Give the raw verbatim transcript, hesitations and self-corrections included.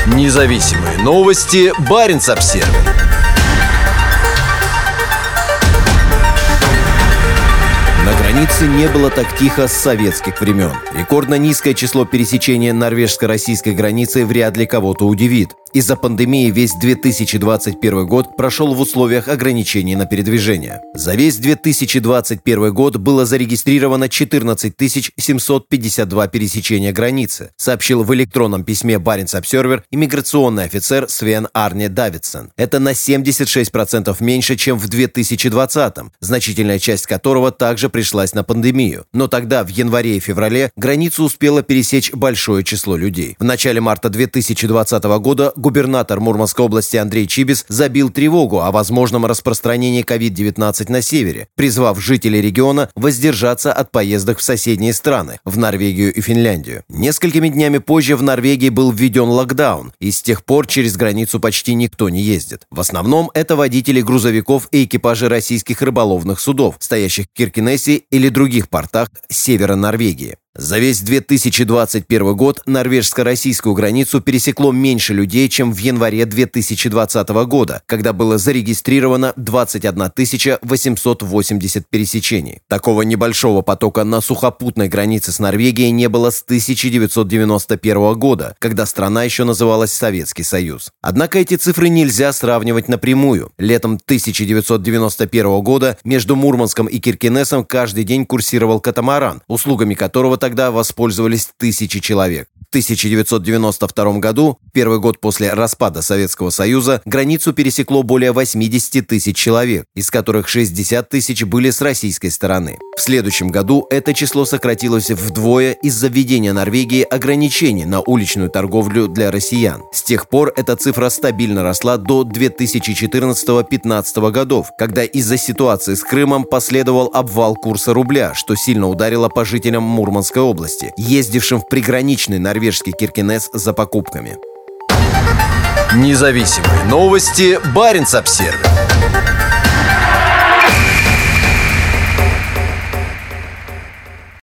Независимые новости. Баренц-Обсервис. На границе не было так тихо с советских времен. Рекордно низкое число пересечения норвежско-российской границы вряд ли кого-то удивит. Из-за пандемии весь две тысячи двадцать первый год прошел в условиях ограничений на передвижение. За весь две тысячи двадцать первый год было зарегистрировано четырнадцать тысяч семьсот пятьдесят два пересечения границы, сообщил в электронном письме Баренц-Обсервис иммиграционный офицер Свен Арне Давидсон. Это на семьдесят шесть процентов меньше, чем в две тысячи двадцатом, значительная часть которого также пришлась на пандемию. Но тогда, в январе и феврале, границу успело пересечь большое число людей. В начале марта две тысячи двадцатого года губернатор Мурманской области Андрей Чибис забил тревогу о возможном распространении ковид девятнадцать на севере, призвав жителей региона воздержаться от поездок в соседние страны, в Норвегию и Финляндию. Несколькими днями позже в Норвегии был введен локдаун, и с тех пор через границу почти никто не ездит. В основном это водители грузовиков и экипажи российских рыболовных судов, стоящих в Киркенесе или других портах севера Норвегии. За весь две тысячи двадцать первый год норвежско-российскую границу пересекло меньше людей, чем в январе две тысячи двадцатого года, когда было зарегистрировано двадцать одна тысяча восемьсот восемьдесят пересечений. Такого небольшого потока на сухопутной границе с Норвегией не было с тысяча девятьсот девяносто первого года, когда страна еще называлась Советский Союз. Однако эти цифры нельзя сравнивать напрямую. Летом тысяча девятьсот девяносто первого года между Мурманском и Киркенесом каждый день курсировал катамаран, услугами которого тогда воспользовались тысячи человек. В тысяча девятьсот девяносто втором году, первый год после распада Советского Союза, границу пересекло более восемьдесят тысяч человек, из которых шестьдесят тысяч были с российской стороны. В следующем году это число сократилось вдвое из-за введения Норвегии ограничений на уличную торговлю для россиян. С тех пор эта цифра стабильно росла до две тысячи четырнадцатого-пятнадцатого годов, когда из-за ситуации с Крымом последовал обвал курса рубля, что сильно ударило по жителям Мурманской области, ездившим в приграничный норвежский Киркенес за покупками. Независимые новости. Баренц-Обсервис.